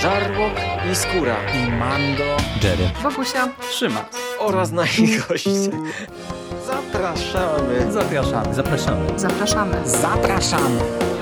Żarłok i Skóra i Mando, Jerry, Wokusia, Trzyma oraz nasi goście. Zapraszamy. Zapraszamy. zapraszamy. zapraszamy. Zapraszamy.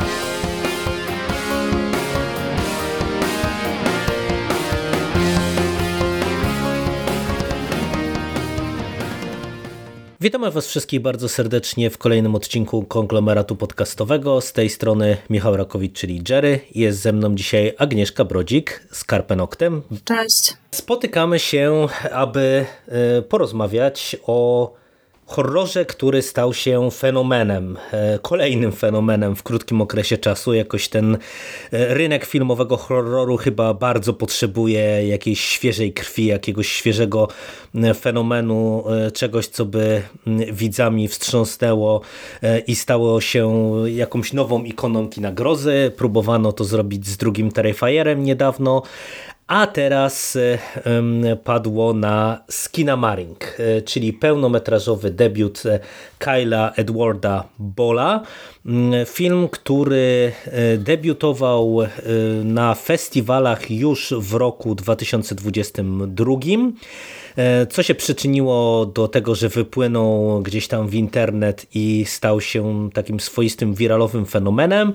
Witamy Was wszystkich bardzo serdecznie w kolejnym odcinku Konglomeratu Podcastowego. Z tej strony Michał Rakowicz, czyli Jerry. Jest ze mną dzisiaj Agnieszka Brodzik z Karpenoktem. Cześć. Spotykamy się, aby porozmawiać o horrorze, który stał się fenomenem, kolejnym fenomenem w krótkim okresie czasu. Jakoś ten rynek filmowego horroru chyba bardzo potrzebuje jakiejś świeżej krwi, jakiegoś świeżego fenomenu, czegoś, co by widzami wstrząsnęło i stało się jakąś nową ikoną kina grozy. Próbowano to zrobić z drugim Terrifierem niedawno, a teraz padło na Skinamarink, czyli pełnometrażowy debiut Kyla Edwarda Balla. Film, który debiutował na festiwalach już w roku 2022, co się przyczyniło do tego, że wypłynął gdzieś tam w internet i stał się takim swoistym wiralowym fenomenem,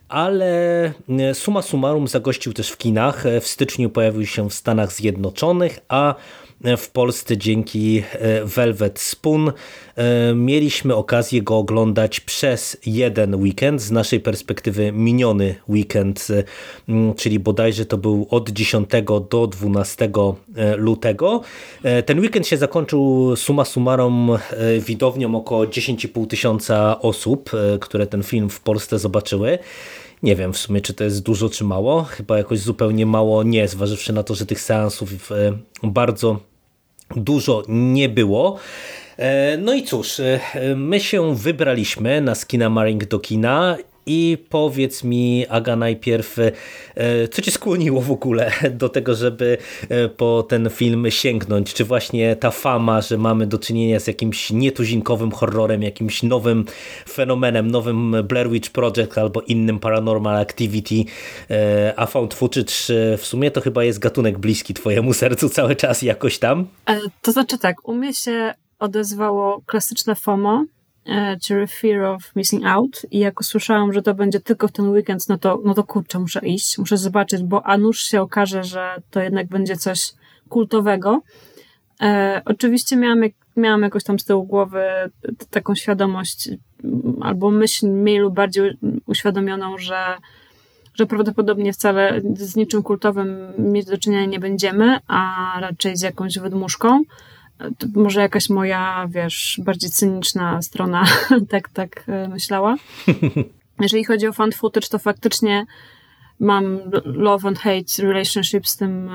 ale summa summarum zagościł też w kinach. W styczniu pojawił się w Stanach Zjednoczonych, a w Polsce dzięki Velvet Spoon mieliśmy okazję go oglądać przez jeden weekend, z naszej perspektywy miniony weekend, czyli bodajże to był od 10 do 12 lutego. Ten weekend się zakończył summa summarum widownią około 10,5 tysiąca osób, które ten film w Polsce zobaczyły. Nie wiem w sumie, czy to jest dużo, czy mało. Chyba jakoś zupełnie mało nie, zważywszy na to, że tych seansów bardzo dużo nie było. No i cóż, my się wybraliśmy na Skinamarink do kina. I powiedz mi, Aga, najpierw, co cię skłoniło w ogóle do tego, żeby po ten film sięgnąć? Czy właśnie ta fama, że mamy do czynienia z jakimś nietuzinkowym horrorem, jakimś nowym fenomenem, nowym Blair Witch Project albo innym Paranormal Activity, a found footage w sumie to chyba jest gatunek bliski twojemu sercu cały czas jakoś tam? To znaczy tak, u mnie się odezwało klasyczne FOMO, czyli Fear of Missing Out, i jak usłyszałam, że to będzie tylko w ten weekend, no to kurczę, muszę iść, muszę zobaczyć, bo a nuż się okaże, że to jednak będzie coś kultowego. Oczywiście miałam jakoś tam z tyłu głowy taką świadomość, albo myśl mniej lub bardziej uświadomioną, że prawdopodobnie wcale z niczym kultowym mieć do czynienia nie będziemy, a raczej z jakąś wydmuszką. To może jakaś moja, wiesz, bardziej cyniczna strona tak myślała. Jeżeli chodzi o found footage, to faktycznie mam love and hate relationship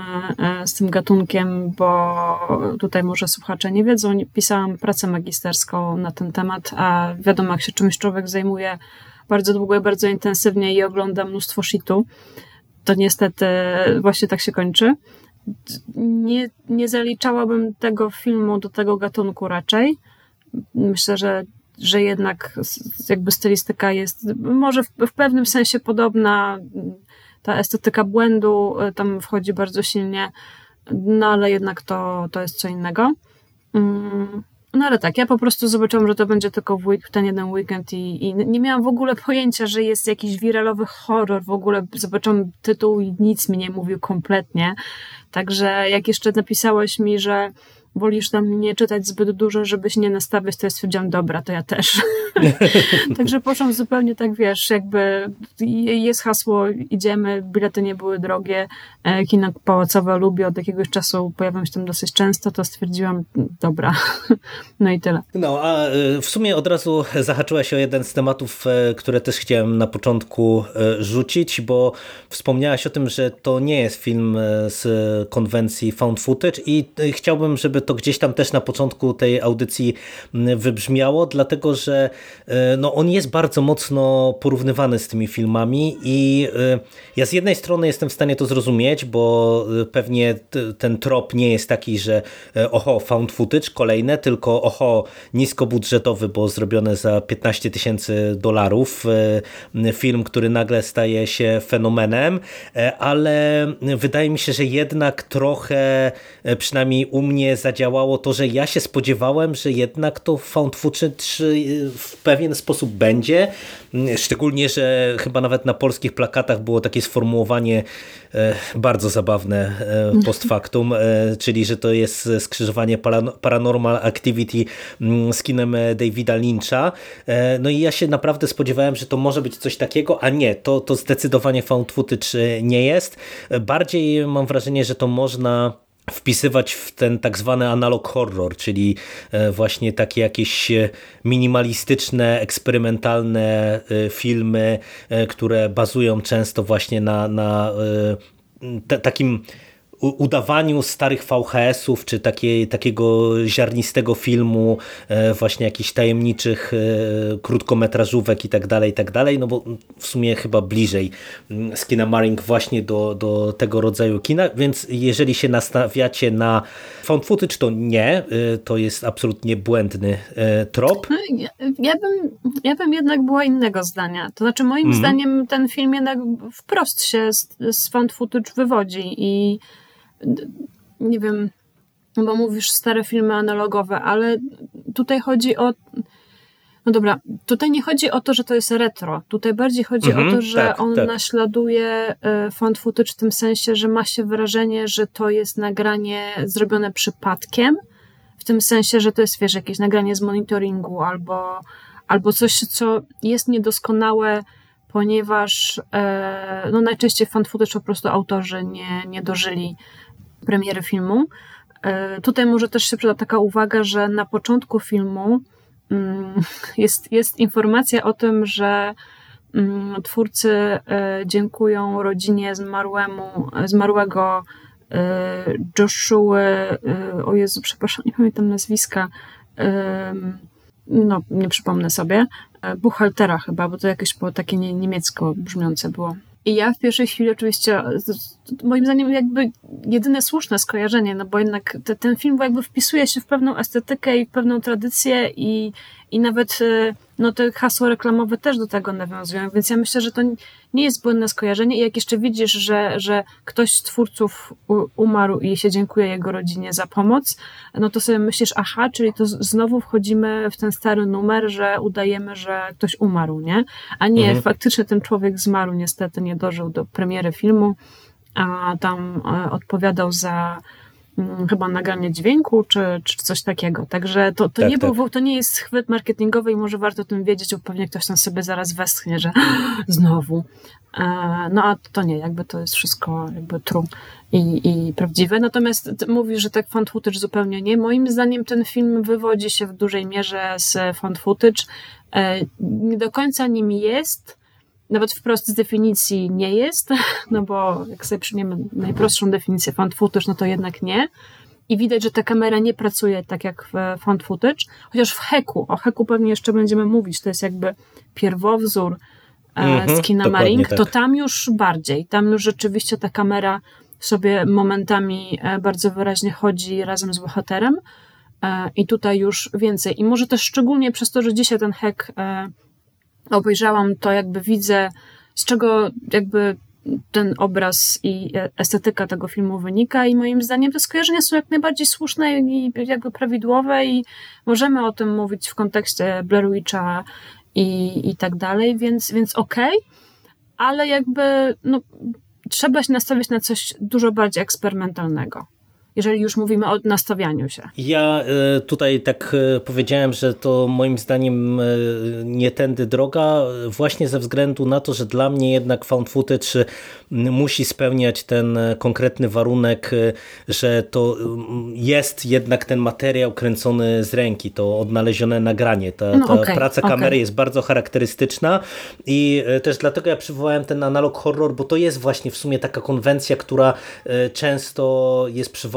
z tym gatunkiem, bo tutaj może słuchacze nie wiedzą, pisałam pracę magisterską na ten temat, a wiadomo, jak się czymś człowiek zajmuje bardzo długo i bardzo intensywnie i ogląda mnóstwo shitu, to niestety właśnie tak się kończy. Nie zaliczałabym tego filmu do tego gatunku raczej. Myślę, że jednak jakby stylistyka jest może w pewnym sensie podobna. Ta estetyka błędu tam wchodzi bardzo silnie, no ale jednak to jest co innego. No ale tak, ja po prostu zobaczyłam, że to będzie tylko w ten jeden weekend i nie miałam w ogóle pojęcia, że jest jakiś wiralowy horror. W ogóle zobaczyłam tytuł i nic mi nie mówił kompletnie. Także jak jeszcze napisałeś mi, że wolisz tam nie czytać zbyt dużo, żeby się nie nastawiać, to ja stwierdziłam, dobra, to ja też. Także poszłam zupełnie tak, wiesz, jakby jest hasło, idziemy, bilety nie były drogie, kino pałacowe lubię, od jakiegoś czasu pojawiam się tam dosyć często, to stwierdziłam, dobra, no i tyle. No, a w sumie od razu zahaczyłaś o jeden z tematów, które też chciałem na początku rzucić, bo wspomniałaś o tym, że to nie jest film z konwencji found footage i chciałbym, żeby to gdzieś tam też na początku tej audycji wybrzmiało, dlatego że no, on jest bardzo mocno porównywany z tymi filmami i ja z jednej strony jestem w stanie to zrozumieć, bo pewnie ten trop nie jest taki, że oho, found footage kolejne, tylko oho, niskobudżetowy, bo zrobione za $15,000 film, który nagle staje się fenomenem, ale wydaje mi się, że jednak trochę przynajmniej u mnie zadziałało to, że ja się spodziewałem, że jednak to found footage w pewien sposób będzie, szczególnie, że chyba nawet na polskich plakatach było takie sformułowanie bardzo zabawne post factum, czyli że to jest skrzyżowanie Paranormal Activity z kinem Davida Lyncha. No i ja się naprawdę spodziewałem, że to może być coś takiego, a nie, to zdecydowanie found footage nie jest. Bardziej mam wrażenie, że to można wpisywać w ten tak zwany analog horror, czyli właśnie takie jakieś minimalistyczne, eksperymentalne filmy, które bazują często właśnie na takim udawaniu starych VHS-ów, czy takiego ziarnistego filmu, właśnie jakichś tajemniczych krótkometrażówek i tak dalej, no bo w sumie chyba bliżej Skinamarink właśnie do tego rodzaju kina, więc jeżeli się nastawiacie na found footage, to nie, to jest absolutnie błędny trop. Ja bym jednak była innego zdania. To znaczy moim zdaniem ten film jednak wprost się z found footage wywodzi i nie wiem, bo mówisz stare filmy analogowe, ale tutaj chodzi o... No dobra, tutaj nie chodzi o to, że to jest retro. Tutaj bardziej chodzi o to, że on naśladuje found footage w tym sensie, że ma się wrażenie, że to jest nagranie zrobione przypadkiem, w tym sensie, że to jest, wiesz, jakieś nagranie z monitoringu albo coś, co jest niedoskonałe, ponieważ no najczęściej found footage po prostu autorzy nie dożyli premiery filmu. Tutaj może też się przyda taka uwaga, że na początku filmu jest informacja o tym, że twórcy dziękują rodzinie zmarłego Joshua, o Jezu, przepraszam, nie pamiętam nazwiska, no nie przypomnę sobie, buchaltera chyba, bo to jakieś takie niemiecko brzmiące było. I ja w pierwszej chwili oczywiście, moim zdaniem jakby jedyne słuszne skojarzenie, no bo jednak ten film jakby wpisuje się w pewną estetykę i w pewną tradycję i nawet no te hasła reklamowe też do tego nawiązują, więc ja myślę, że to nie jest błędne skojarzenie i jak jeszcze widzisz, że ktoś z twórców umarł i się dziękuję jego rodzinie za pomoc, no to sobie myślisz, aha, czyli to znowu wchodzimy w ten stary numer, że udajemy, że ktoś umarł, nie? A nie, faktycznie ten człowiek zmarł, niestety nie dożył do premiery filmu, a tam odpowiadał za chyba nagranie dźwięku, czy coś takiego. Także to nie jest chwyt marketingowy i może warto o tym wiedzieć, bo pewnie ktoś tam sobie zaraz westchnie, że znowu. No a to nie, jakby to jest wszystko jakby true i prawdziwe. Natomiast mówisz, że tak found footage zupełnie nie. Moim zdaniem ten film wywodzi się w dużej mierze z found footage. Nie do końca nim jest, nawet wprost z definicji nie jest, no bo jak sobie przyjmiemy najprostszą definicję found footage, no to jednak nie. I widać, że ta kamera nie pracuje tak jak w found footage, chociaż o Heku pewnie jeszcze będziemy mówić, to jest jakby pierwowzór Skinamarink, to tam już bardziej, tam już rzeczywiście ta kamera sobie momentami bardzo wyraźnie chodzi razem z bohaterem i tutaj już więcej. I może też szczególnie przez to, że dzisiaj ten Hek obejrzałam, to jakby widzę, z czego jakby ten obraz i estetyka tego filmu wynika i moim zdaniem te skojarzenia są jak najbardziej słuszne i jakby prawidłowe i możemy o tym mówić w kontekście Blair Witcha i tak dalej, więc okej, ale jakby no, trzeba się nastawić na coś dużo bardziej eksperymentalnego, jeżeli już mówimy o nastawianiu się. Ja tutaj tak powiedziałem, że to moim zdaniem nie tędy droga, właśnie ze względu na to, że dla mnie jednak found footage musi spełniać ten konkretny warunek, że to jest jednak ten materiał kręcony z ręki, to odnalezione nagranie. Ta praca kamery jest bardzo charakterystyczna i też dlatego ja przywołałem ten analog horror, bo to jest właśnie w sumie taka konwencja, która często jest przywołana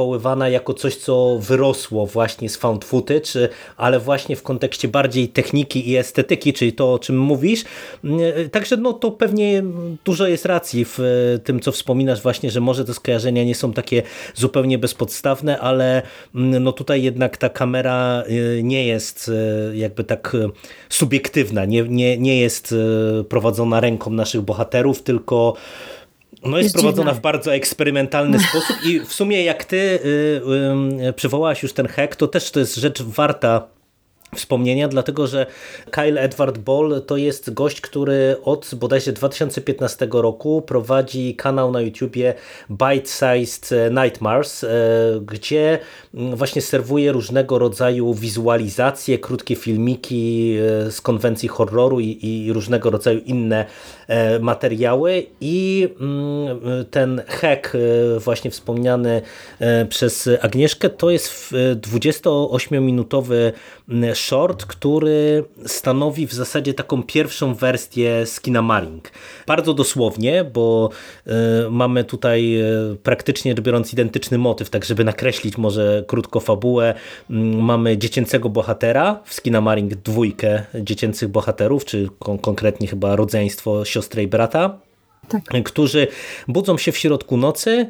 przywoływana jako coś, co wyrosło właśnie z found footage, ale właśnie w kontekście bardziej techniki i estetyki, czyli to, o czym mówisz. Także no to pewnie dużo jest racji w tym, co wspominasz właśnie, że może te skojarzenia nie są takie zupełnie bezpodstawne, ale no tutaj jednak ta kamera nie jest jakby tak subiektywna, nie jest prowadzona ręką naszych bohaterów, tylko no jest prowadzona w bardzo eksperymentalny sposób i w sumie jak ty przywołałaś już ten hack, to też to jest rzecz warta wspomnienia, dlatego że Kyle Edward Ball to jest gość, który od bodajże 2015 roku prowadzi kanał na YouTubie Bite-Sized Nightmares, gdzie właśnie serwuje różnego rodzaju wizualizacje, krótkie filmiki z konwencji horroru i różnego rodzaju inne materiały i ten hack właśnie wspomniany przez Agnieszkę to jest 28-minutowy short, który stanowi w zasadzie taką pierwszą wersję Skinamarink. Bardzo dosłownie, bo mamy tutaj praktycznie biorąc identyczny motyw, tak żeby nakreślić może krótko fabułę. Mamy dziecięcego bohatera, w Skinamarink dwójkę dziecięcych bohaterów, czy konkretnie chyba rodzeństwo siostry i brata, tak, którzy budzą się w środku nocy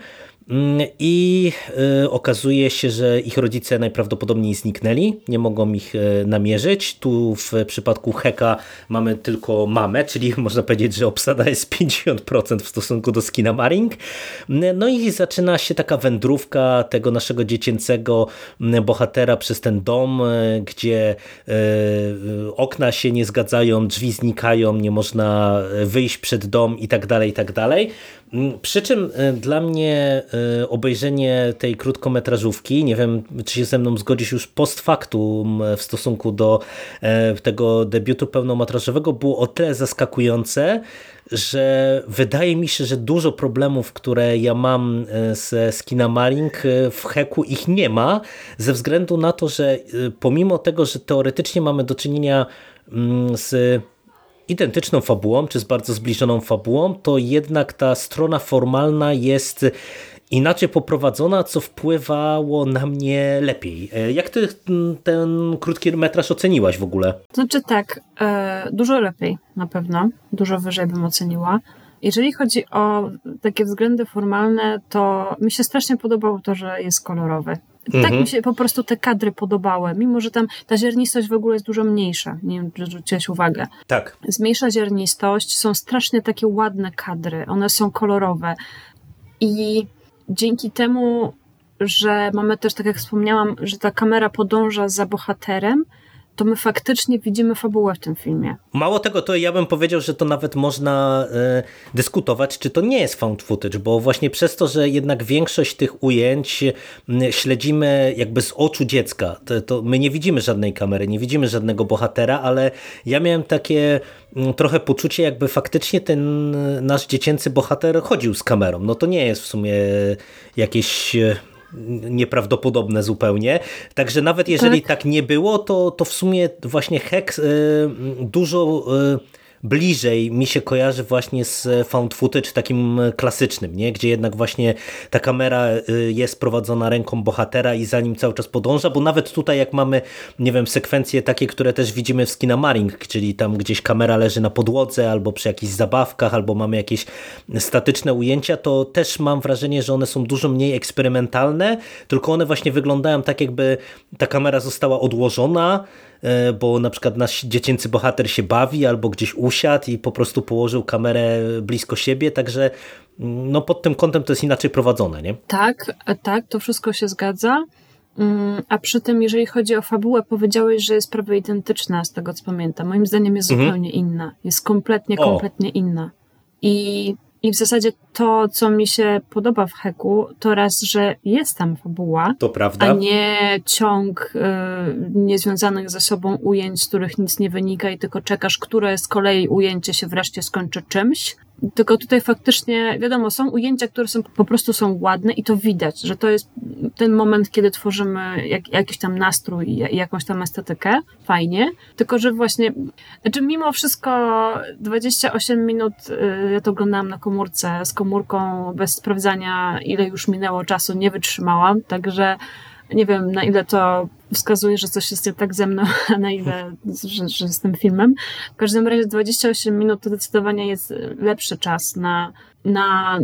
i okazuje się, że ich rodzice najprawdopodobniej zniknęli, nie mogą ich namierzyć. Tu w przypadku Heka mamy tylko mamę, czyli można powiedzieć, że obsada jest 50% w stosunku do Skinamarink. No i zaczyna się taka wędrówka tego naszego dziecięcego bohatera przez ten dom, gdzie okna się nie zgadzają, drzwi znikają, nie można wyjść przed dom i tak dalej, i tak dalej. Przy czym dla mnie obejrzenie tej krótkometrażówki, nie wiem, czy się ze mną zgodzisz, już post factum w stosunku do tego debiutu pełnometrażowego było o tyle zaskakujące, że wydaje mi się, że dużo problemów, które ja mam ze Skinamarink, w Heku ich nie ma, ze względu na to, że pomimo tego, że teoretycznie mamy do czynienia z identyczną fabułą, czy z bardzo zbliżoną fabułą, to jednak ta strona formalna jest inaczej poprowadzona, co wpływało na mnie lepiej. Jak ty ten krótki metraż oceniłaś w ogóle? Znaczy tak, dużo lepiej na pewno, dużo wyżej bym oceniła. Jeżeli chodzi o takie względy formalne, to mi się strasznie podobało to, że jest kolorowy. Tak mi się po prostu te kadry podobały, mimo że tam ta ziarnistość w ogóle jest dużo mniejsza. Nie wiem, czy zwróciłeś uwagę. Tak. Zmniejsza ziarnistość, są strasznie takie ładne kadry, one są kolorowe i dzięki temu, że mamy też, tak jak wspomniałam, że ta kamera podąża za bohaterem, to my faktycznie widzimy fabułę w tym filmie. Mało tego, to ja bym powiedział, że to nawet można dyskutować, czy to nie jest found footage, bo właśnie przez to, że jednak większość tych ujęć śledzimy jakby z oczu dziecka, to my nie widzimy żadnej kamery, nie widzimy żadnego bohatera, ale ja miałem takie trochę poczucie, jakby faktycznie ten nasz dziecięcy bohater chodził z kamerą. No to nie jest w sumie jakieś nieprawdopodobne zupełnie. Także nawet jeżeli tak nie było, to w sumie właśnie Hex dużo bliżej mi się kojarzy właśnie z found footage takim klasycznym, nie? Gdzie jednak właśnie ta kamera jest prowadzona ręką bohatera i za nim cały czas podąża, bo nawet tutaj jak mamy, nie wiem, sekwencje takie, które też widzimy w Skinamarink, czyli tam gdzieś kamera leży na podłodze albo przy jakichś zabawkach, albo mamy jakieś statyczne ujęcia, to też mam wrażenie, że one są dużo mniej eksperymentalne, tylko one właśnie wyglądają tak, jakby ta kamera została odłożona, bo na przykład nasz dziecięcy bohater się bawi albo gdzieś usiadł i po prostu położył kamerę blisko siebie, także no pod tym kątem to jest inaczej prowadzone, nie? Tak, to wszystko się zgadza. A przy tym, jeżeli chodzi o fabułę, powiedziałeś, że jest prawie identyczna, z tego co pamiętam. Moim zdaniem jest zupełnie inna. Jest kompletnie inna. I w zasadzie to, co mi się podoba w Heku, to raz, że jest tam fabuła, to prawda, a nie ciąg niezwiązanych ze sobą ujęć, z których nic nie wynika i tylko czekasz, które z kolei ujęcie się wreszcie skończy czymś. Tylko tutaj faktycznie, wiadomo, są ujęcia, które po prostu są ładne i to widać, że to jest ten moment, kiedy tworzymy jakiś tam nastrój i jakąś tam estetykę. Fajnie. Tylko, że właśnie, znaczy mimo wszystko 28 minut ja to oglądałam na komórce, z komórką, bez sprawdzania, ile już minęło czasu, nie wytrzymałam. Także nie wiem, na ile to wskazuje, że coś jest nie tak ze mną, a na ile, że z tym filmem. W każdym razie 28 minut to zdecydowanie jest lepszy czas na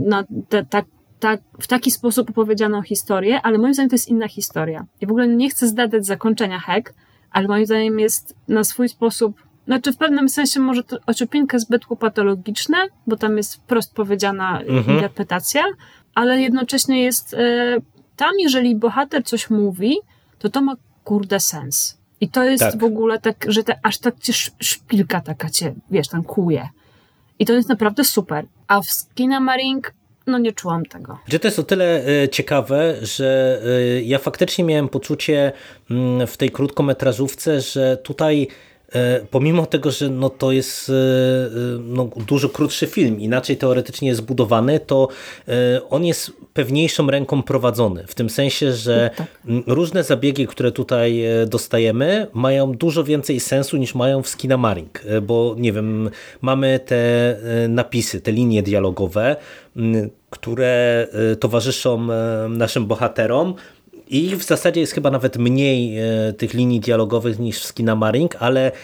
w taki sposób opowiedzianą historię, ale moim zdaniem to jest inna historia. I w ogóle nie chcę zdradzać zakończenia Hack, ale moim zdaniem jest na swój sposób, znaczy w pewnym sensie może to ociupinkę zbyt patologiczne, bo tam jest wprost powiedziana interpretacja, ale jednocześnie jest tam, jeżeli bohater coś mówi, to ma kurde sens. I to jest w ogóle tak, że aż tak cię szpilka taka cię, wiesz, tam kłuje. I to jest naprawdę super. A w Skinamarink nie czułam tego. Że to jest o tyle ciekawe, że ja faktycznie miałem poczucie w tej krótkometrażówce, że tutaj pomimo tego, że to jest dużo krótszy film, inaczej teoretycznie jest zbudowany, to on jest pewniejszą ręką prowadzony. W tym sensie, że różne zabiegi, które tutaj dostajemy, mają dużo więcej sensu niż mają w Skinamarink. Bo nie wiem, mamy te napisy, te linie dialogowe, które towarzyszą naszym bohaterom. I w zasadzie jest chyba nawet mniej tych linii dialogowych niż w Skinamarink, ale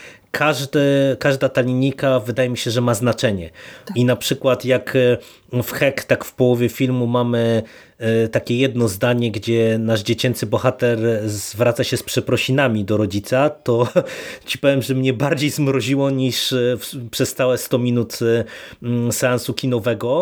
każda ta linijka wydaje mi się, że ma znaczenie. Tak. I na przykład jak w Hack, tak w połowie filmu mamy takie jedno zdanie, gdzie nasz dziecięcy bohater zwraca się z przeprosinami do rodzica, to ci powiem, że mnie bardziej zmroziło niż przez całe 100 minut seansu kinowego.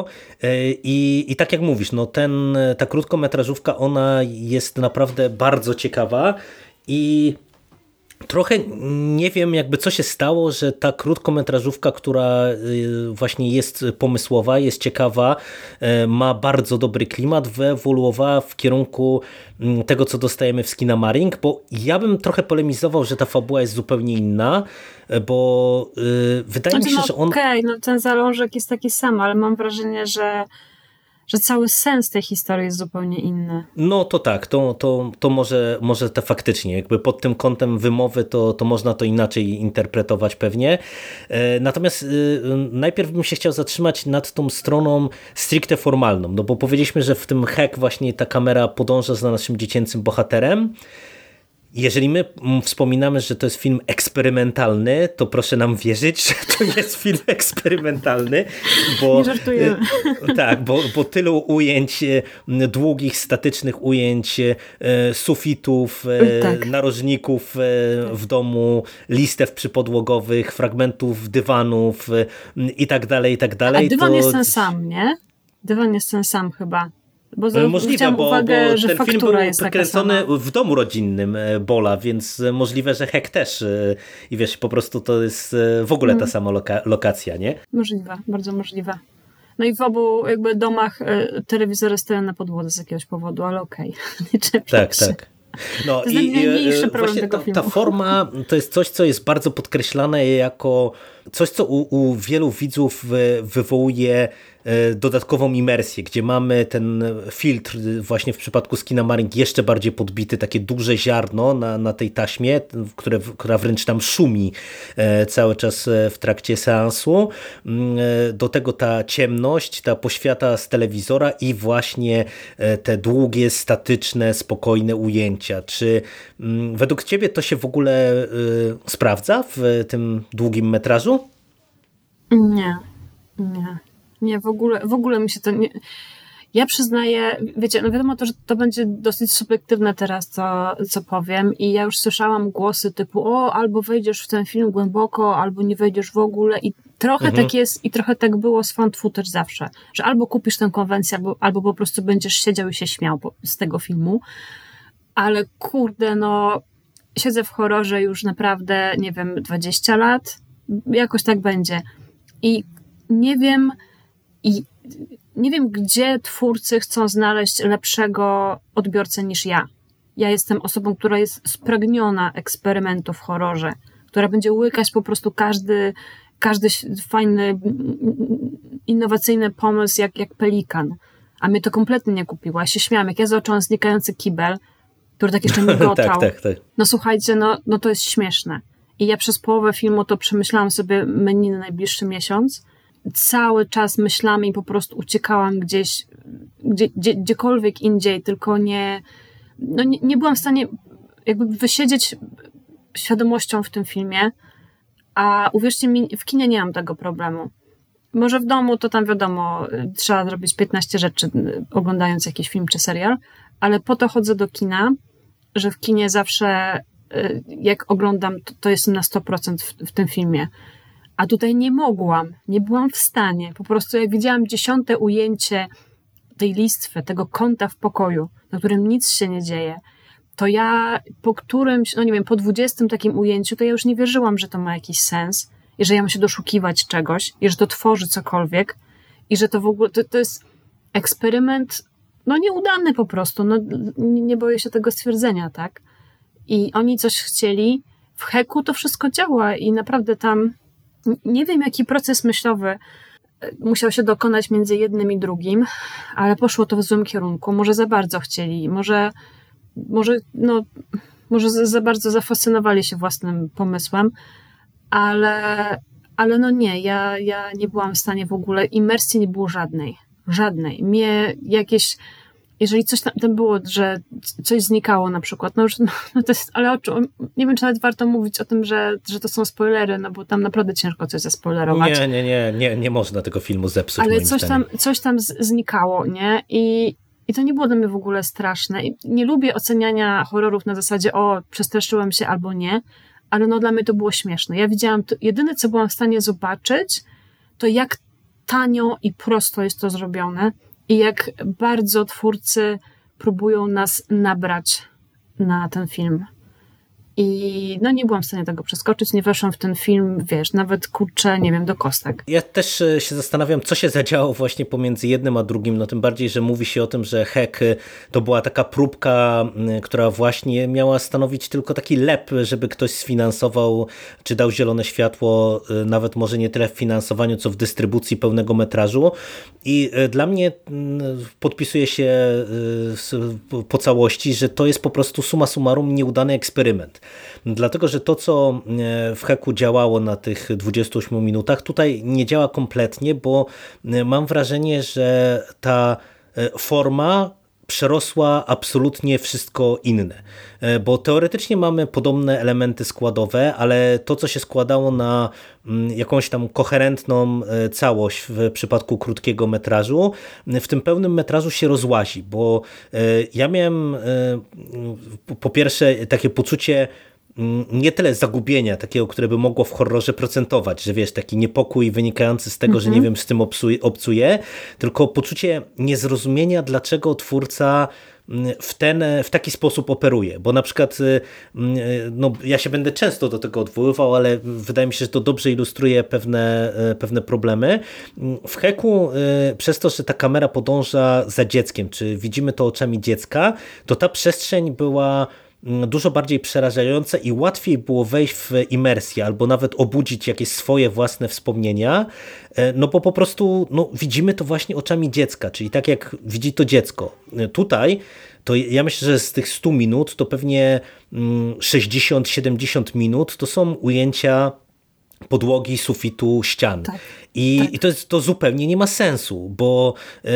I tak jak mówisz, ta krótkometrażówka, ona jest naprawdę bardzo ciekawa i trochę nie wiem jakby co się stało, że ta krótkometrażówka, która właśnie jest pomysłowa, jest ciekawa, ma bardzo dobry klimat, wyewoluowała w kierunku tego, co dostajemy w Skinamarink, bo ja bym trochę polemizował, że ta fabuła jest zupełnie inna, bo wydaje mi się, że on... ten zalążek jest taki sam, ale mam wrażenie, że cały sens tej historii jest zupełnie inny. No to tak, to może to faktycznie, jakby pod tym kątem wymowy to można to inaczej interpretować pewnie. Natomiast najpierw bym się chciał zatrzymać nad tą stroną stricte formalną, bo powiedzieliśmy, że w tym Hack właśnie ta kamera podąża za naszym dziecięcym bohaterem. Jeżeli my wspominamy, że to jest film eksperymentalny, to proszę nam wierzyć, że to jest film eksperymentalny. Bo, nie żartujemy. Tak, bo tylu ujęć, długich, statycznych ujęć, sufitów, narożników w domu, listew przypodłogowych, fragmentów dywanów i tak dalej, i tak dalej. A dywan jest ten sam, nie? Dywan jest ten sam chyba. Bo możliwe, bo że ten film był kręcony w domu rodzinnym Bola, więc możliwe, że Hack też. I wiesz, po prostu to jest w ogóle ta sama lokacja, nie? Możliwe, bardzo możliwe. No i w obu jakby domach telewizory stoją na podłodze z jakiegoś powodu, ale okej. Nie czepiam się. Tak. No to jest najmniejszy problem właśnie tego filmu. Ta forma to jest coś, co jest bardzo podkreślane jako coś, co u wielu widzów wywołuje dodatkową imersję, gdzie mamy ten filtr właśnie w przypadku Skinamarink jeszcze bardziej podbity, takie duże ziarno na tej taśmie, która wręcz tam szumi cały czas w trakcie seansu. Do tego ta ciemność, ta poświata z telewizora i właśnie te długie, statyczne, spokojne ujęcia. Czy według ciebie to się w ogóle sprawdza w tym długim metrażu? Nie, w ogóle mi się to nie... Ja przyznaję, wiecie, wiadomo to, że to będzie dosyć subiektywne teraz, co powiem i ja już słyszałam głosy typu albo wejdziesz w ten film głęboko, albo nie wejdziesz w ogóle i trochę tak jest i trochę tak było z found footage zawsze, że albo kupisz tę konwencję, albo po prostu będziesz siedział i się śmiał z tego filmu, ale kurde, siedzę w horrorze już naprawdę, nie wiem, 20 lat, jakoś tak będzie i nie wiem, gdzie twórcy chcą znaleźć lepszego odbiorcę niż ja. Ja jestem osobą, która jest spragniona eksperymentu w horrorze, która będzie łykać po prostu każdy fajny, innowacyjny pomysł jak pelikan. A mnie to kompletnie nie kupiło. Ja się śmiałam, jak ja zobaczyłam znikający kibel, który tak jeszcze migotał. tak. No słuchajcie, no to jest śmieszne. I ja przez połowę filmu to przemyślałam sobie menu na najbliższy miesiąc. Cały czas myślałam i po prostu uciekałam gdzieś, gdziekolwiek indziej, tylko nie byłam w stanie jakby wysiedzieć świadomością w tym filmie, a uwierzcie mi, w kinie nie mam tego problemu. Może w domu to tam wiadomo, trzeba zrobić 15 rzeczy oglądając jakiś film czy serial, ale po to chodzę do kina, że w kinie zawsze jak oglądam, to jestem na 100% w tym filmie. A tutaj nie byłam w stanie. Po prostu jak widziałam 10. ujęcie tej listwy, tego kąta w pokoju, na którym nic się nie dzieje, to ja po którymś, no nie wiem, po 20 takim ujęciu, to ja już nie wierzyłam, że to ma jakiś sens i że ja mam się doszukiwać czegoś i że to tworzy cokolwiek i że to w ogóle, to jest eksperyment, no nieudany po prostu, no nie boję się tego stwierdzenia, tak? I oni coś chcieli, w Heku to wszystko działa i naprawdę tam nie wiem, jaki proces myślowy musiał się dokonać między jednym i drugim, ale poszło to w złym kierunku. Może za bardzo chcieli, może za bardzo zafascynowali się własnym pomysłem, ale no nie, ja nie byłam w stanie w ogóle, imersji nie było żadnej. Mnie jakieś, jeżeli coś tam było, że coś znikało na przykład, no to jest, ale nie wiem, czy nawet warto mówić o tym, że to są spoilery, no bo tam naprawdę ciężko coś zaspoilerować. Nie można tego filmu zepsuć. Ale coś tam znikało, nie? I to nie było dla mnie w ogóle straszne. I nie lubię oceniania horrorów na zasadzie przestraszyłem się albo nie, ale no dla mnie to było śmieszne. Ja widziałam, jedyne co byłam w stanie zobaczyć, to jak tanio i prosto jest to zrobione i jak bardzo twórcy próbują nas nabrać na ten film. I no nie byłam w stanie tego przeskoczyć, nie weszłam w ten film, wiesz, nawet kurczę, nie wiem, do kostek. Ja też się zastanawiam, co się zadziało właśnie pomiędzy jednym a drugim, no tym bardziej, że mówi się o tym, że Hek to była taka próbka, która właśnie miała stanowić tylko taki lep, żeby ktoś sfinansował, czy dał zielone światło, nawet może nie tyle w finansowaniu, co w dystrybucji pełnego metrażu. I dla mnie podpisuje się po całości, że to jest po prostu summa summarum nieudany eksperyment. Dlatego, że to, co w Heku działało na tych 28 minutach, tutaj nie działa kompletnie, bo mam wrażenie, że ta forma przerosła absolutnie wszystko inne. Bo teoretycznie mamy podobne elementy składowe, ale to, co się składało na jakąś tam koherentną całość w przypadku krótkiego metrażu, w tym pełnym metrażu się rozłazi, bo ja miałem po pierwsze takie poczucie nie tyle zagubienia takiego, które by mogło w horrorze procentować, że wiesz, taki niepokój wynikający z tego, że nie wiem, z tym obcuje, tylko poczucie niezrozumienia, dlaczego twórca w taki sposób operuje, bo na przykład no, ja się będę często do tego odwoływał, ale wydaje mi się, że to dobrze ilustruje pewne problemy. W Heku przez to, że ta kamera podąża za dzieckiem, czy widzimy to oczami dziecka, to ta przestrzeń była dużo bardziej przerażające i łatwiej było wejść w imersję albo nawet obudzić jakieś swoje własne wspomnienia, no bo po prostu widzimy to właśnie oczami dziecka, czyli tak jak widzi to dziecko. Tutaj to ja myślę, że z tych 100 minut to pewnie 60-70 minut to są ujęcia podłogi, sufitu, ścian. Tak. I to zupełnie nie ma sensu, bo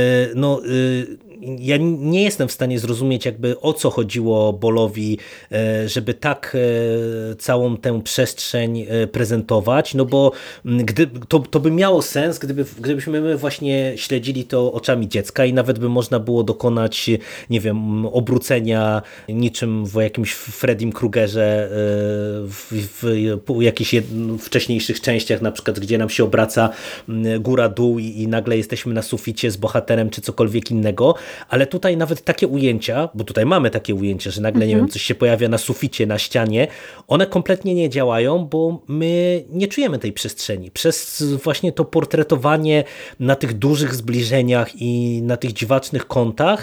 ja nie jestem w stanie zrozumieć jakby o co chodziło Ballowi, żeby tak całą tę przestrzeń prezentować, no bo to by miało sens, gdybyśmy my właśnie śledzili to oczami dziecka i nawet by można było dokonać, nie wiem, obrócenia niczym w jakimś Freddym Krugerze w jakichś wcześniejszych częściach, na przykład gdzie nam się obraca góra, dół i nagle jesteśmy na suficie z bohaterem czy cokolwiek innego, ale tutaj nawet takie ujęcia, bo tutaj mamy takie ujęcia, że nagle, nie wiem, coś się pojawia na suficie, na ścianie, one kompletnie nie działają, bo my nie czujemy tej przestrzeni. Przez właśnie to portretowanie na tych dużych zbliżeniach i na tych dziwacznych kątach,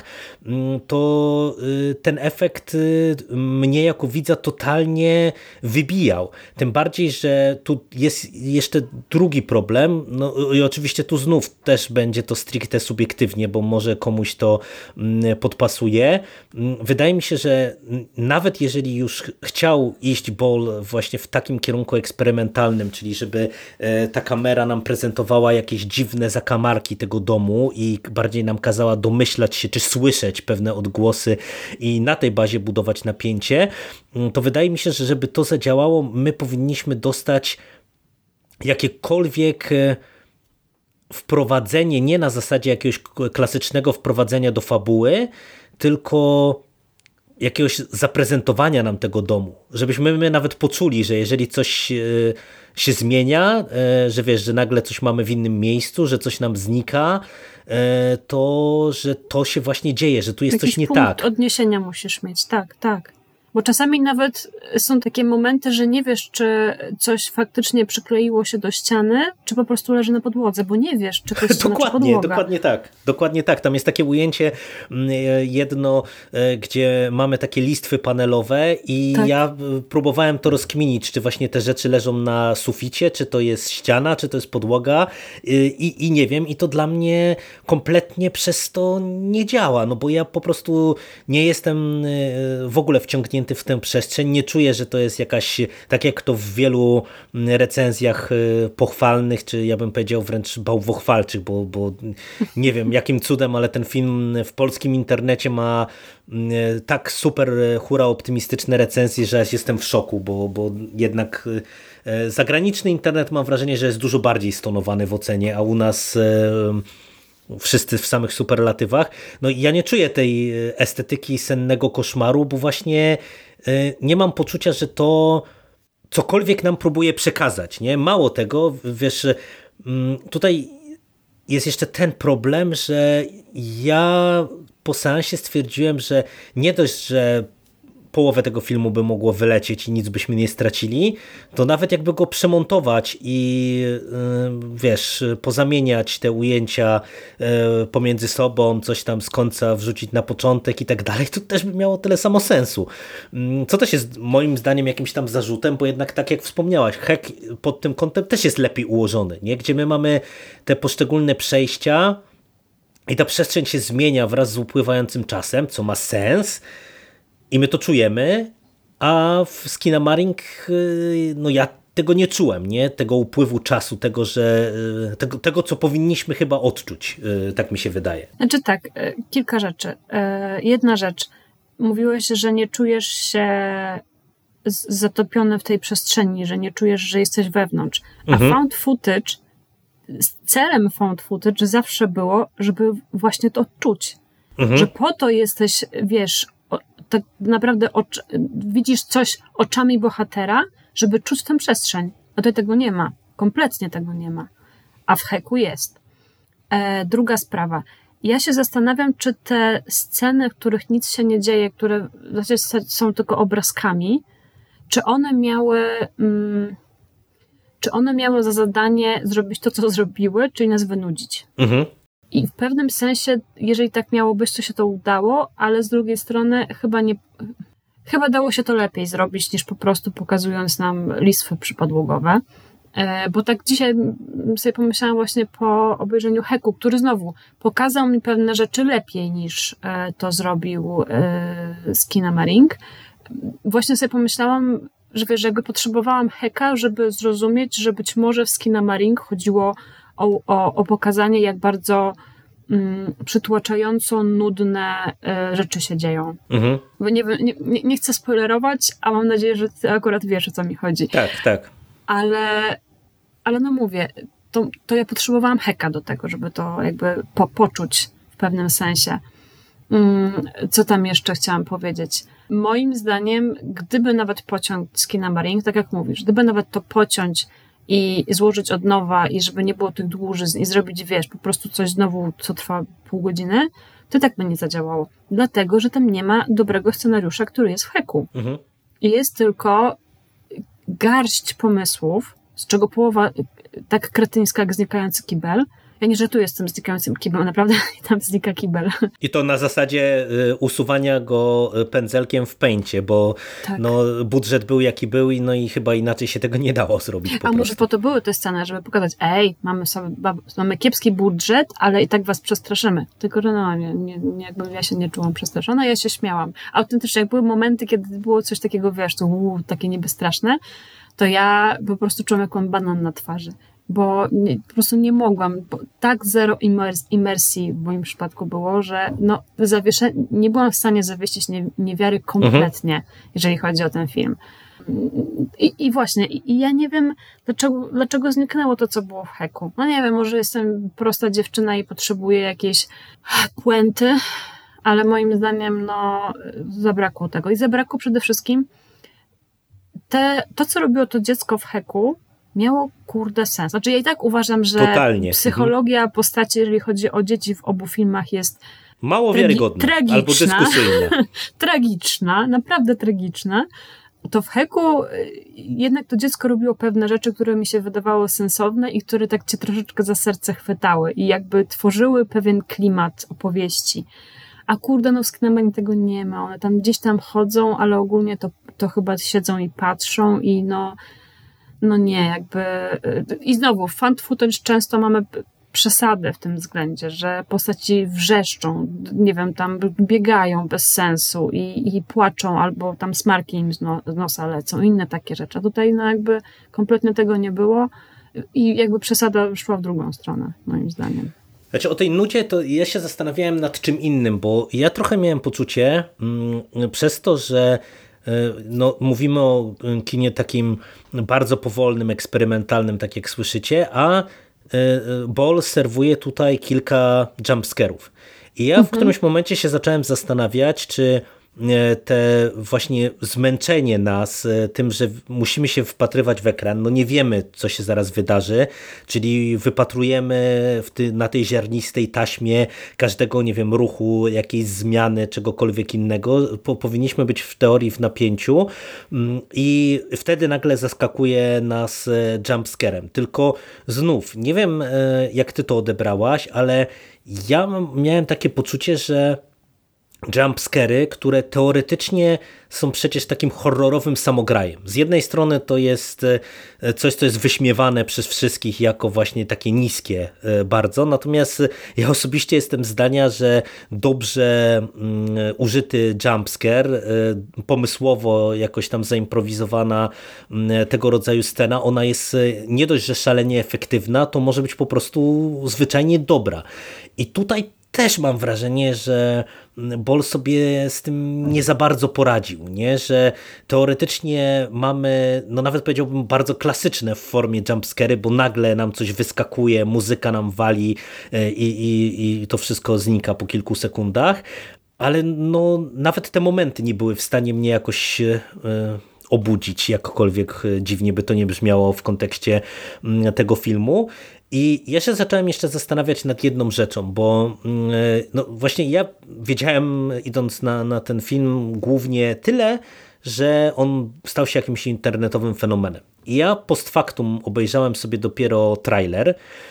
to ten efekt mnie jako widza totalnie wybijał. Tym bardziej, że tu jest jeszcze drugi problem, no i oczywiście tu znów też będzie to stricte subiektywnie, bo może komuś to podpasuje. Wydaje mi się, że nawet jeżeli już chciał iść Ball właśnie w takim kierunku eksperymentalnym, czyli żeby ta kamera nam prezentowała jakieś dziwne zakamarki tego domu i bardziej nam kazała domyślać się, czy słyszeć pewne odgłosy i na tej bazie budować napięcie, to wydaje mi się, że żeby to zadziałało, my powinniśmy dostać jakiekolwiek wprowadzenie, nie na zasadzie jakiegoś klasycznego wprowadzenia do fabuły, tylko jakiegoś zaprezentowania nam tego domu. Żebyśmy my nawet poczuli, że jeżeli coś się zmienia, że wiesz, że nagle coś mamy w innym miejscu, że coś nam znika, to że to się właśnie dzieje, że tu jest jakiś coś nie punkt tak. odniesienia musisz mieć, tak. Bo czasami nawet są takie momenty, że nie wiesz, czy coś faktycznie przykleiło się do ściany, czy po prostu leży na podłodze, bo nie wiesz, czy to jest ściana, czy podłoga. Dokładnie tak. Tam jest takie ujęcie jedno, gdzie mamy takie listwy panelowe i ja próbowałem to rozkminić, czy właśnie te rzeczy leżą na suficie, czy to jest ściana, czy to jest podłoga i nie wiem. I to dla mnie kompletnie przez to nie działa, no bo ja po prostu nie jestem w ogóle wciągnięty w tę przestrzeń, nie czuję, że to jest jakaś, tak jak to w wielu recenzjach pochwalnych, czy ja bym powiedział wręcz bałwochwalczych, bo nie wiem jakim cudem, ale ten film w polskim internecie ma tak super hura optymistyczne recenzje, że aż jestem w szoku, bo jednak zagraniczny internet mam wrażenie, że jest dużo bardziej stonowany w ocenie, a u nas wszyscy w samych superlatywach. No i ja nie czuję tej estetyki sennego koszmaru, bo właśnie nie mam poczucia, że to cokolwiek nam próbuje przekazać. Nie? Mało tego, wiesz, tutaj jest jeszcze ten problem, że ja po seansie stwierdziłem, że nie dość, że połowę tego filmu by mogło wylecieć i nic byśmy nie stracili, to nawet jakby go przemontować i wiesz, pozamieniać te ujęcia pomiędzy sobą, coś tam z końca wrzucić na początek i tak dalej, to też by miało tyle samo sensu. Co też jest moim zdaniem jakimś tam zarzutem, bo jednak tak jak wspomniałaś, Hack pod tym kątem też jest lepiej ułożony, nie? Gdzie my mamy te poszczególne przejścia i ta przestrzeń się zmienia wraz z upływającym czasem, co ma sens, i my to czujemy, a w Skinamarink no ja tego nie czułem, nie? Tego upływu czasu, tego, co powinniśmy chyba odczuć, tak mi się wydaje. Znaczy tak, kilka rzeczy. Jedna rzecz, mówiłeś, że nie czujesz się zatopiony w tej przestrzeni, że nie czujesz, że jesteś wewnątrz. A found footage, celem found footage zawsze było, żeby właśnie to odczuć. Że po to jesteś, wiesz, tak naprawdę widzisz coś oczami bohatera, żeby czuć tę przestrzeń. A tutaj tego nie ma. Kompletnie tego nie ma. A w Hacku jest. Druga sprawa. Ja się zastanawiam, czy te sceny, w których nic się nie dzieje, które w zasadzie są tylko obrazkami, czy one miały za zadanie zrobić to, co zrobiły, czyli nas wynudzić. I w pewnym sensie, jeżeli tak miało być, to się to udało, ale z drugiej strony chyba dało się to lepiej zrobić, niż po prostu pokazując nam listwy przypodłogowe. Bo tak dzisiaj sobie pomyślałam właśnie po obejrzeniu Hacku, który znowu pokazał mi pewne rzeczy lepiej niż to zrobił Skinamarink. Właśnie sobie pomyślałam, że wiesz, jakby potrzebowałam Hacka, żeby zrozumieć, że być może w Skinamarink chodziło o pokazanie, jak bardzo przytłaczająco nudne rzeczy się dzieją. Bo nie chcę spoilerować, a mam nadzieję, że ty akurat wiesz, o co mi chodzi. Tak. Ale no mówię, to ja potrzebowałam Hacka do tego, żeby to jakby poczuć w pewnym sensie. Co tam jeszcze chciałam powiedzieć? Moim zdaniem, gdyby nawet pociąć Skinamarink, tak jak mówisz, gdyby nawet to pociąć i złożyć od nowa i żeby nie było tych dłużyzn i zrobić, wiesz, po prostu coś znowu, co trwa pół godziny, to tak by nie zadziałało. Dlatego, że tam nie ma dobrego scenariusza, który jest w Heku. I jest tylko garść pomysłów, z czego połowa tak kretyńska jak znikający kibel. Ja nie żartuję z tym znikającym kiblem, naprawdę tam znika kibel. I to na zasadzie usuwania go pędzelkiem w pęcie, bo tak. Budżet był jaki był i chyba inaczej się tego nie dało zrobić. A może po to były te sceny, żeby pokazać, mamy kiepski budżet, ale i tak was przestraszymy. Tylko, że jakby ja się nie czułam przestraszona, ja się śmiałam. Autentycznie, jak były momenty, kiedy było coś takiego, wiesz, takie niby straszne, to ja po prostu czułam, jak mam banan na twarzy. Bo po prostu nie mogłam, bo tak zero imersji w moim przypadku było, że nie byłam w stanie zawiesić niewiary kompletnie, jeżeli chodzi o ten film. I właśnie, ja nie wiem, dlaczego zniknęło to, co było w Heku. No nie wiem, może jestem prosta dziewczyna i potrzebuję jakiejś puenty, ale moim zdaniem zabrakło tego. I zabrakło przede wszystkim to, co robiło to dziecko w Heku, miało sens. Znaczy ja i tak uważam, że totalnie. Psychologia postaci, jeżeli chodzi o dzieci w obu filmach, jest mało wiarygodna tragiczna, albo dyskusyjna. Tragiczna, naprawdę tragiczna. To w Heku jednak to dziecko robiło pewne rzeczy, które mi się wydawały sensowne i które tak cię troszeczkę za serce chwytały i jakby tworzyły pewien klimat opowieści. A w Skinamarink tego nie ma. One tam gdzieś tam chodzą, ale ogólnie to chyba siedzą i patrzą i nie, jakby... I znowu, found footage często mamy przesadę w tym względzie, że postaci wrzeszczą, nie wiem, tam biegają bez sensu i płaczą, albo tam smarki im z nosa lecą, inne takie rzeczy. A tutaj jakby kompletnie tego nie było i jakby przesada szła w drugą stronę, moim zdaniem. Znaczy o tej nudzie to ja się zastanawiałem nad czym innym, bo ja trochę miałem poczucie przez to, że mówimy o kinie takim bardzo powolnym, eksperymentalnym, tak jak słyszycie, a Ball serwuje tutaj kilka jumpscarów. I ja w którymś momencie się zacząłem zastanawiać, czy te właśnie zmęczenie nas tym, że musimy się wpatrywać w ekran, nie wiemy, co się zaraz wydarzy, czyli wypatrujemy na tej ziarnistej taśmie każdego, nie wiem, ruchu, jakiejś zmiany, czegokolwiek innego. Powinniśmy być w teorii w napięciu i wtedy nagle zaskakuje nas jumpscarem. Tylko znów, nie wiem, jak ty to odebrałaś, ale ja miałem takie poczucie, że jumpscary, które teoretycznie są przecież takim horrorowym samograjem. Z jednej strony to jest coś, co jest wyśmiewane przez wszystkich jako właśnie takie niskie bardzo, natomiast ja osobiście jestem zdania, że dobrze użyty jumpscare, pomysłowo jakoś tam zaimprowizowana tego rodzaju scena, ona jest nie dość, że szalenie efektywna, to może być po prostu zwyczajnie dobra. I tutaj też mam wrażenie, że Ball sobie z tym nie za bardzo poradził, nie? Że teoretycznie mamy, nawet powiedziałbym bardzo klasyczne w formie jumpscary, bo nagle nam coś wyskakuje, muzyka nam wali i to wszystko znika po kilku sekundach, ale nawet te momenty nie były w stanie mnie jakoś obudzić, jakkolwiek dziwnie by to nie brzmiało w kontekście tego filmu. I ja się zacząłem jeszcze zastanawiać nad jedną rzeczą, bo właśnie ja wiedziałem, idąc na ten film, głównie tyle, że on stał się jakimś internetowym fenomenem. I ja post factum obejrzałem sobie dopiero trailer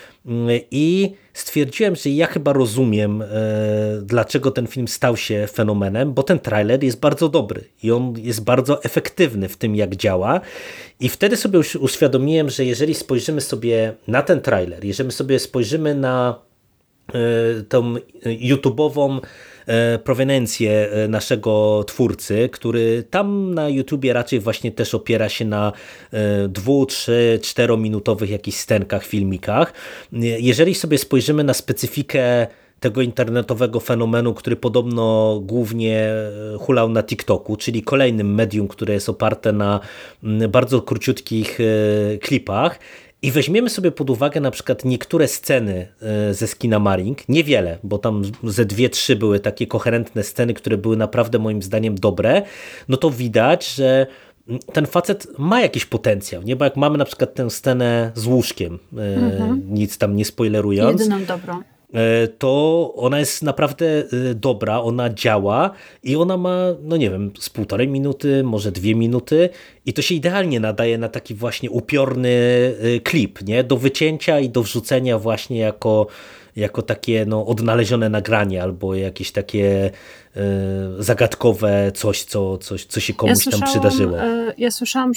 i stwierdziłem, że ja chyba rozumiem, dlaczego ten film stał się fenomenem, bo ten trailer jest bardzo dobry i on jest bardzo efektywny w tym, jak działa. I wtedy sobie uświadomiłem, że jeżeli spojrzymy sobie na ten trailer, jeżeli sobie spojrzymy na tą YouTube'ową proweniencję naszego twórcy, który tam na YouTubie raczej właśnie też opiera się na 2, 3, 4-minutowych jakichś scenkach, filmikach. Jeżeli sobie spojrzymy na specyfikę tego internetowego fenomenu, który podobno głównie hulał na TikToku, czyli kolejnym medium, które jest oparte na bardzo króciutkich klipach, i weźmiemy sobie pod uwagę na przykład niektóre sceny ze Skinamarink, niewiele, bo tam ze 2-3 były takie koherentne sceny, które były naprawdę moim zdaniem dobre, to widać, że ten facet ma jakiś potencjał, nie? Bo jak mamy na przykład tę scenę z łóżkiem, nic tam nie spoilerując. Jedyną dobrą. to ona jest naprawdę dobra, ona działa i ona ma, no nie wiem, z 1,5 minuty, może 2 minuty i to się idealnie nadaje na taki właśnie upiorny klip, nie? Do wycięcia i do wrzucenia właśnie jako takie no, odnalezione nagranie albo jakieś takie zagadkowe coś, co się komuś tam przydarzyło. Ja słyszałam,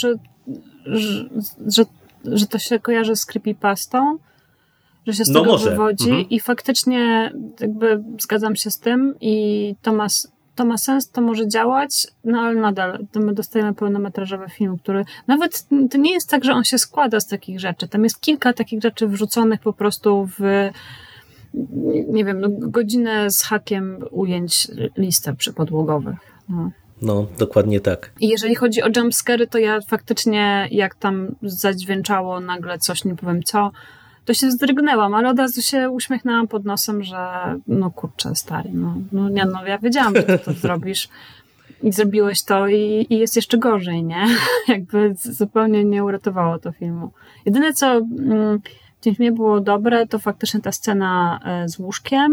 że to się kojarzy z creepypastą, że się z tego wywodzi i faktycznie jakby zgadzam się z tym i to ma sens, to może działać, no ale nadal to my dostajemy pełnometrażowy film, który nawet to nie jest tak, że on się składa z takich rzeczy. Tam jest kilka takich rzeczy wrzuconych po prostu w nie wiem, no, godzinę z hakiem ujęć listę przypodłogowych. No, dokładnie tak. I jeżeli chodzi o jumpscary, to ja faktycznie jak tam zadźwięczało nagle coś, nie powiem co, to się wzdrygnęłam, ale od razu się uśmiechnęłam pod nosem, że no kurczę, stary, ja wiedziałam, że ty to zrobisz i zrobiłeś to i jest jeszcze gorzej, nie? Jakby zupełnie nie uratowało to filmu. Jedyne co w tym filmie było dobre, to faktycznie ta scena z łóżkiem.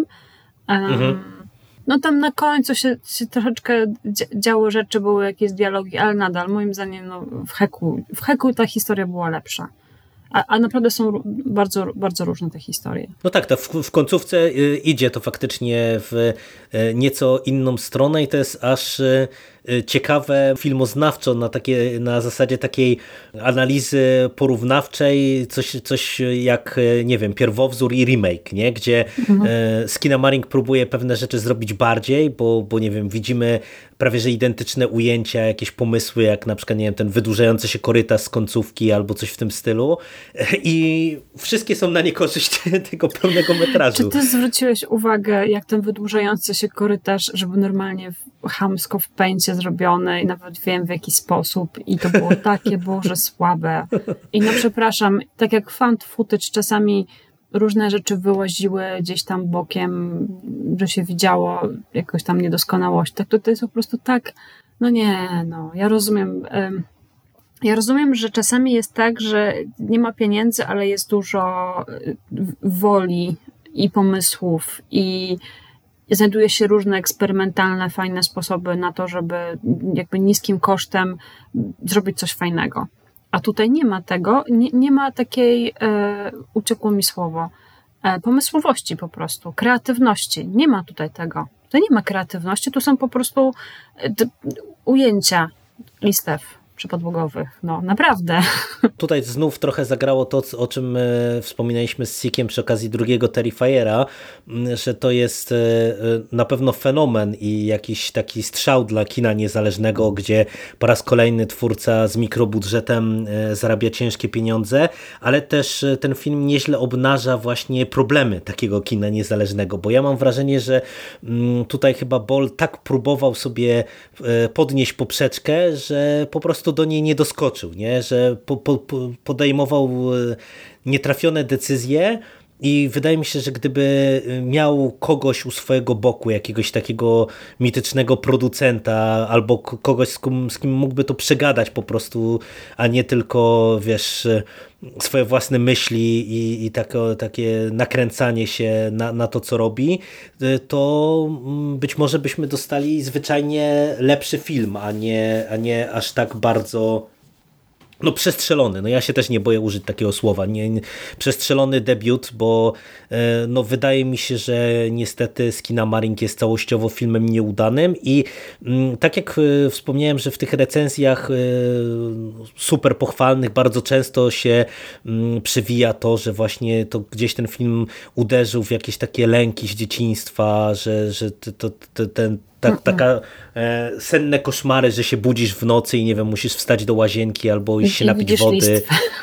No tam na końcu się troszeczkę działy rzeczy, były jakieś dialogi, ale nadal moim zdaniem no, w Heku ta historia była lepsza. A naprawdę są bardzo, bardzo różne te historie. No tak, w końcówce idzie to faktycznie w nieco inną stronę i to jest aż ciekawe filmoznawczo na zasadzie takiej analizy porównawczej, coś jak, nie wiem, pierwowzór i remake, nie? Gdzie Skinamarink próbuje pewne rzeczy zrobić bardziej, bo nie wiem, widzimy prawie że identyczne ujęcia, jakieś pomysły, jak na przykład, nie wiem, ten wydłużający się korytarz z końcówki albo coś w tym stylu i wszystkie są na niekorzyść tego pełnego metrażu. Czy ty zwróciłeś uwagę, jak ten wydłużający się korytarz, żeby normalnie chamsko w pęcie zrobione i nawet wiem w jaki sposób i to było takie, Boże, słabe. I no przepraszam, tak jak found footage czasami różne rzeczy wyłaziły gdzieś tam bokiem, że się widziało jakoś tam niedoskonałość. Tak to jest po prostu tak, ja rozumiem, że czasami jest tak, że nie ma pieniędzy, ale jest dużo woli i pomysłów i znajduje się różne eksperymentalne, fajne sposoby na to, żeby jakby niskim kosztem zrobić coś fajnego. A tutaj nie ma tego, nie ma takiej, uciekło mi słowo, pomysłowości po prostu, kreatywności. Nie ma tutaj tego. Tutaj nie ma kreatywności, tu są po prostu ujęcia listew przypodłogowych. No, naprawdę. Tutaj znów trochę zagrało to, o czym wspominaliśmy z Sikiem przy okazji drugiego Terrifiera, że to jest na pewno fenomen i jakiś taki strzał dla kina niezależnego, gdzie po raz kolejny twórca z mikrobudżetem zarabia ciężkie pieniądze, ale też ten film nieźle obnaża właśnie problemy takiego kina niezależnego, bo ja mam wrażenie, że tutaj chyba Ball tak próbował sobie podnieść poprzeczkę, że po prostu do niej nie doskoczył, nie? Że podejmował nietrafione decyzje i wydaje mi się, że gdyby miał kogoś u swojego boku, jakiegoś takiego mitycznego producenta albo kogoś, z kim mógłby to przegadać po prostu, a nie tylko, wiesz, swoje własne myśli i takie nakręcanie się na to, co robi, to być może byśmy dostali zwyczajnie lepszy film, a nie aż tak bardzo przestrzelony. No ja się też nie boję użyć takiego słowa. Przestrzelony debiut, bo wydaje mi się, że niestety Skinamarink jest całościowo filmem nieudanym i tak jak wspomniałem, że w tych recenzjach super pochwalnych bardzo często się przewija to, że właśnie to gdzieś ten film uderzył w jakieś takie lęki z dzieciństwa, że taka senne koszmary, że się budzisz w nocy i nie wiem, musisz wstać do łazienki albo iść się napić wody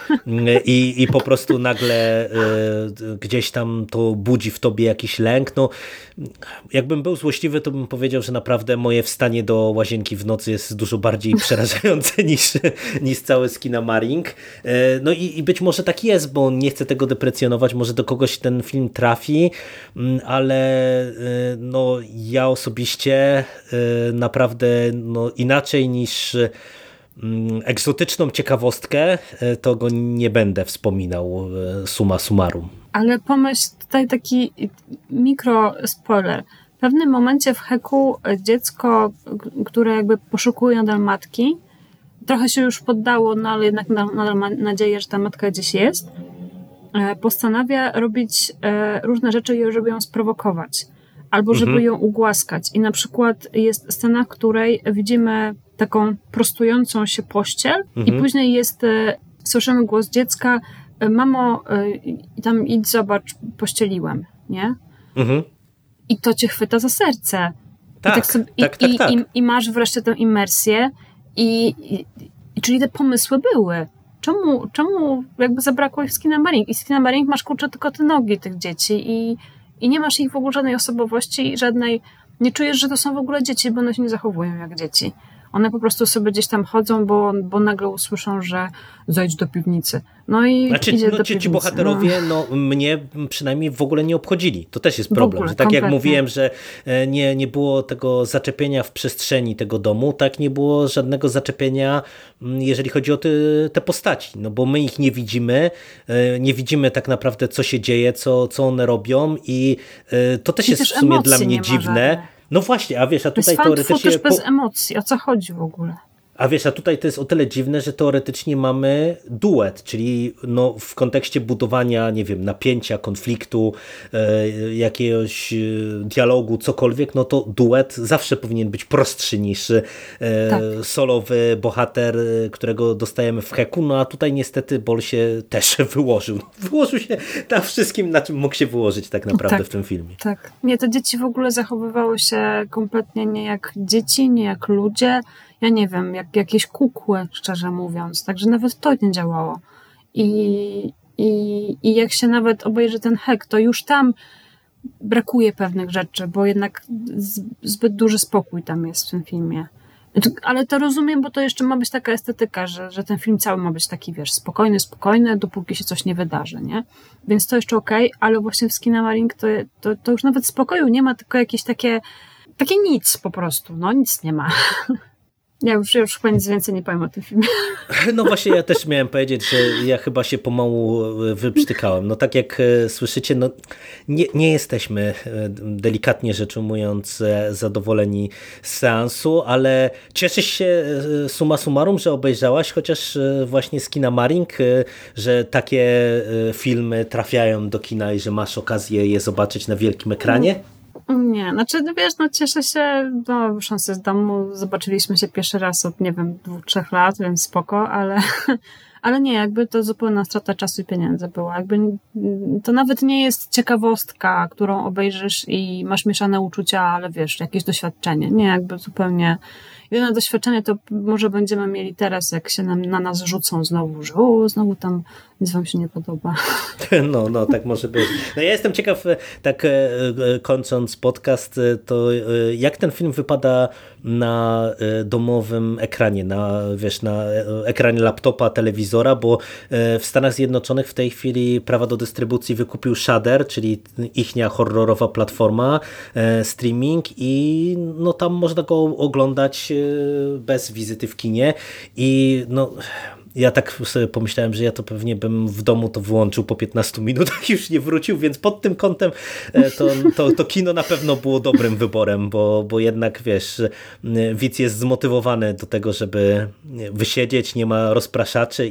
i po prostu nagle gdzieś tam to budzi w tobie jakiś lęk. No, jakbym był złośliwy, to bym powiedział, że naprawdę moje wstanie do łazienki w nocy jest dużo bardziej przerażające niż cały Skinamarink. No i być może tak jest, bo nie chcę tego deprecjonować, może do kogoś ten film trafi, ale ja osobiście naprawdę inaczej niż egzotyczną ciekawostkę, to go nie będę wspominał summa summarum. ale pomyśl, tutaj taki mikro spoiler. W pewnym momencie w Heku dziecko, które jakby poszukuje nadal matki, trochę się już poddało, no ale jednak nadal ma nadzieję, że ta matka gdzieś jest, postanawia robić różne rzeczy, żeby ją sprowokować. Albo żeby ją ugłaskać. I na przykład jest scena, w której widzimy taką prostującą się pościel i później słyszymy głos dziecka: mamo, tam idź zobacz, pościeliłem, nie? I to cię chwyta za serce. Tak, I masz wreszcie tę imersję czyli te pomysły były. Czemu jakby zabrakło ich w Skinamarink? I w Skinamarink masz, kurczę, tylko te nogi tych dzieci i nie masz ich w ogóle żadnej osobowości, żadnej, nie czujesz, że to są w ogóle dzieci, bo one się nie zachowują jak dzieci. One po prostu sobie gdzieś tam chodzą, bo nagle usłyszą, że zejdź do piwnicy. No i idzie do piwnicy. Ci bohaterowie mnie przynajmniej w ogóle nie obchodzili. To też jest problem. Ogóle, że tak kompletnie. jak mówiłem, że nie było tego zaczepienia w przestrzeni tego domu, tak nie było żadnego zaczepienia, jeżeli chodzi o te postaci. No bo my ich nie widzimy tak naprawdę, co się dzieje, co one robią i to też jest w sumie dla mnie dziwne. No właśnie, a wiesz, a tutaj teoretycznie... To bez emocji, o co chodzi w ogóle? A wiesz, a tutaj to jest o tyle dziwne, że teoretycznie mamy duet, czyli no w kontekście budowania, nie wiem, napięcia, konfliktu, jakiegoś dialogu, cokolwiek, no to duet zawsze powinien być prostszy niż solowy bohater, którego dostajemy w Heku, no a tutaj niestety Bol się też wyłożył. Wyłożył się na wszystkim, na czym mógł się wyłożyć tak naprawdę w tym filmie. Tak. Nie, te dzieci w ogóle zachowywały się kompletnie nie jak dzieci, nie jak ludzie. Ja nie wiem, jak jakieś kukły, szczerze mówiąc. Także nawet to nie działało. I jak się nawet obejrzy ten Hek, to już tam brakuje pewnych rzeczy, bo jednak zbyt duży spokój tam jest w tym filmie. Ale to rozumiem, bo to jeszcze ma być taka estetyka, że ten film cały ma być taki, wiesz, spokojny, dopóki się coś nie wydarzy, nie? Więc to jeszcze okej, ale właśnie w Skinamarink to już nawet spokoju nie ma, tylko jakieś takie nic po prostu. No nic nie ma. Ja już chyba nic więcej nie powiem o tym filmie. No właśnie, ja też miałem powiedzieć, że ja chyba się pomału wyprztykałem. No tak jak słyszycie, no nie jesteśmy, delikatnie rzecz ujmując, zadowoleni z seansu, ale cieszysz się summa summarum, że obejrzałaś chociaż właśnie Skinamarink, że takie filmy trafiają do kina i że masz okazję je zobaczyć na wielkim ekranie? Nie, znaczy wiesz, cieszę się, szansę z domu, zobaczyliśmy się pierwszy raz od, nie wiem, 2-3 lat, więc spoko, ale nie, jakby to zupełna strata czasu i pieniędzy była, jakby to nawet nie jest ciekawostka, którą obejrzysz i masz mieszane uczucia, ale wiesz, jakieś doświadczenie, nie, jakby zupełnie jedyne doświadczenie to może będziemy mieli teraz, jak się na nas rzucą znowu, że znowu tam nic wam się nie podoba. No, tak może być. No ja jestem ciekaw, tak kończąc podcast, to jak ten film wypada na domowym ekranie, na ekranie laptopa, telewizora, bo w Stanach Zjednoczonych w tej chwili prawa do dystrybucji wykupił Shudder, czyli ichnia horrorowa platforma, streaming i no tam można go oglądać bez wizyty w kinie i no ja tak sobie pomyślałem, że ja to pewnie bym w domu to wyłączył po 15 minutach i już nie wrócił, więc pod tym kątem to kino na pewno było dobrym wyborem, bo jednak wiesz, widz jest zmotywowany do tego, żeby wysiedzieć, nie ma rozpraszaczy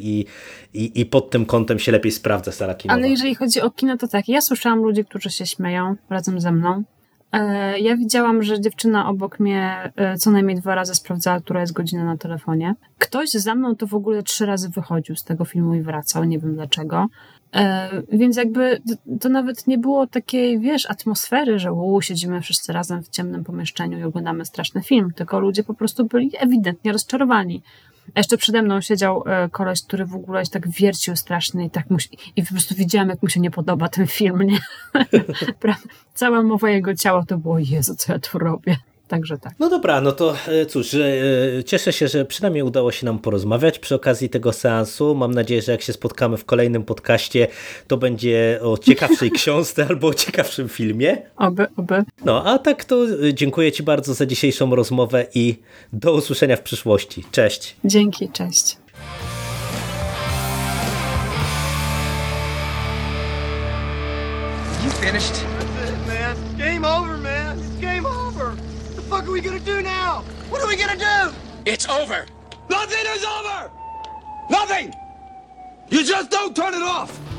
i pod tym kątem się lepiej sprawdza sala kinowa. Ale jeżeli chodzi o kino, to tak, ja słyszałam ludzi, którzy się śmieją razem ze mną. Ja widziałam, że dziewczyna obok mnie co najmniej 2 razy sprawdzała, która jest godzina na telefonie. Ktoś za mną to w ogóle 3 razy wychodził z tego filmu i wracał, nie wiem dlaczego. Więc jakby to nawet nie było takiej, wiesz, atmosfery, że siedzimy wszyscy razem w ciemnym pomieszczeniu i oglądamy straszny film, tylko ludzie po prostu byli ewidentnie rozczarowani. A jeszcze przede mną siedział koleś, który w ogóle się tak wiercił strasznie i po prostu widziałam, jak mu się nie podoba ten film, nie? Cała mowa jego ciała to było, Jezu, co ja tu robię. Także tak. No dobra, no to cóż, cieszę się, że przynajmniej udało się nam porozmawiać przy okazji tego seansu. Mam nadzieję, że jak się spotkamy w kolejnym podcaście, to będzie o ciekawszej książce albo o ciekawszym filmie. Oby. No, a tak to dziękuję Ci bardzo za dzisiejszą rozmowę i do usłyszenia w przyszłości. Cześć. Dzięki, cześć. finished? That's it, man. Game over, man. It's game over. What the fuck are we gonna do now? What are we gonna do? It's over. Nothing is over! Nothing! You just don't turn it off!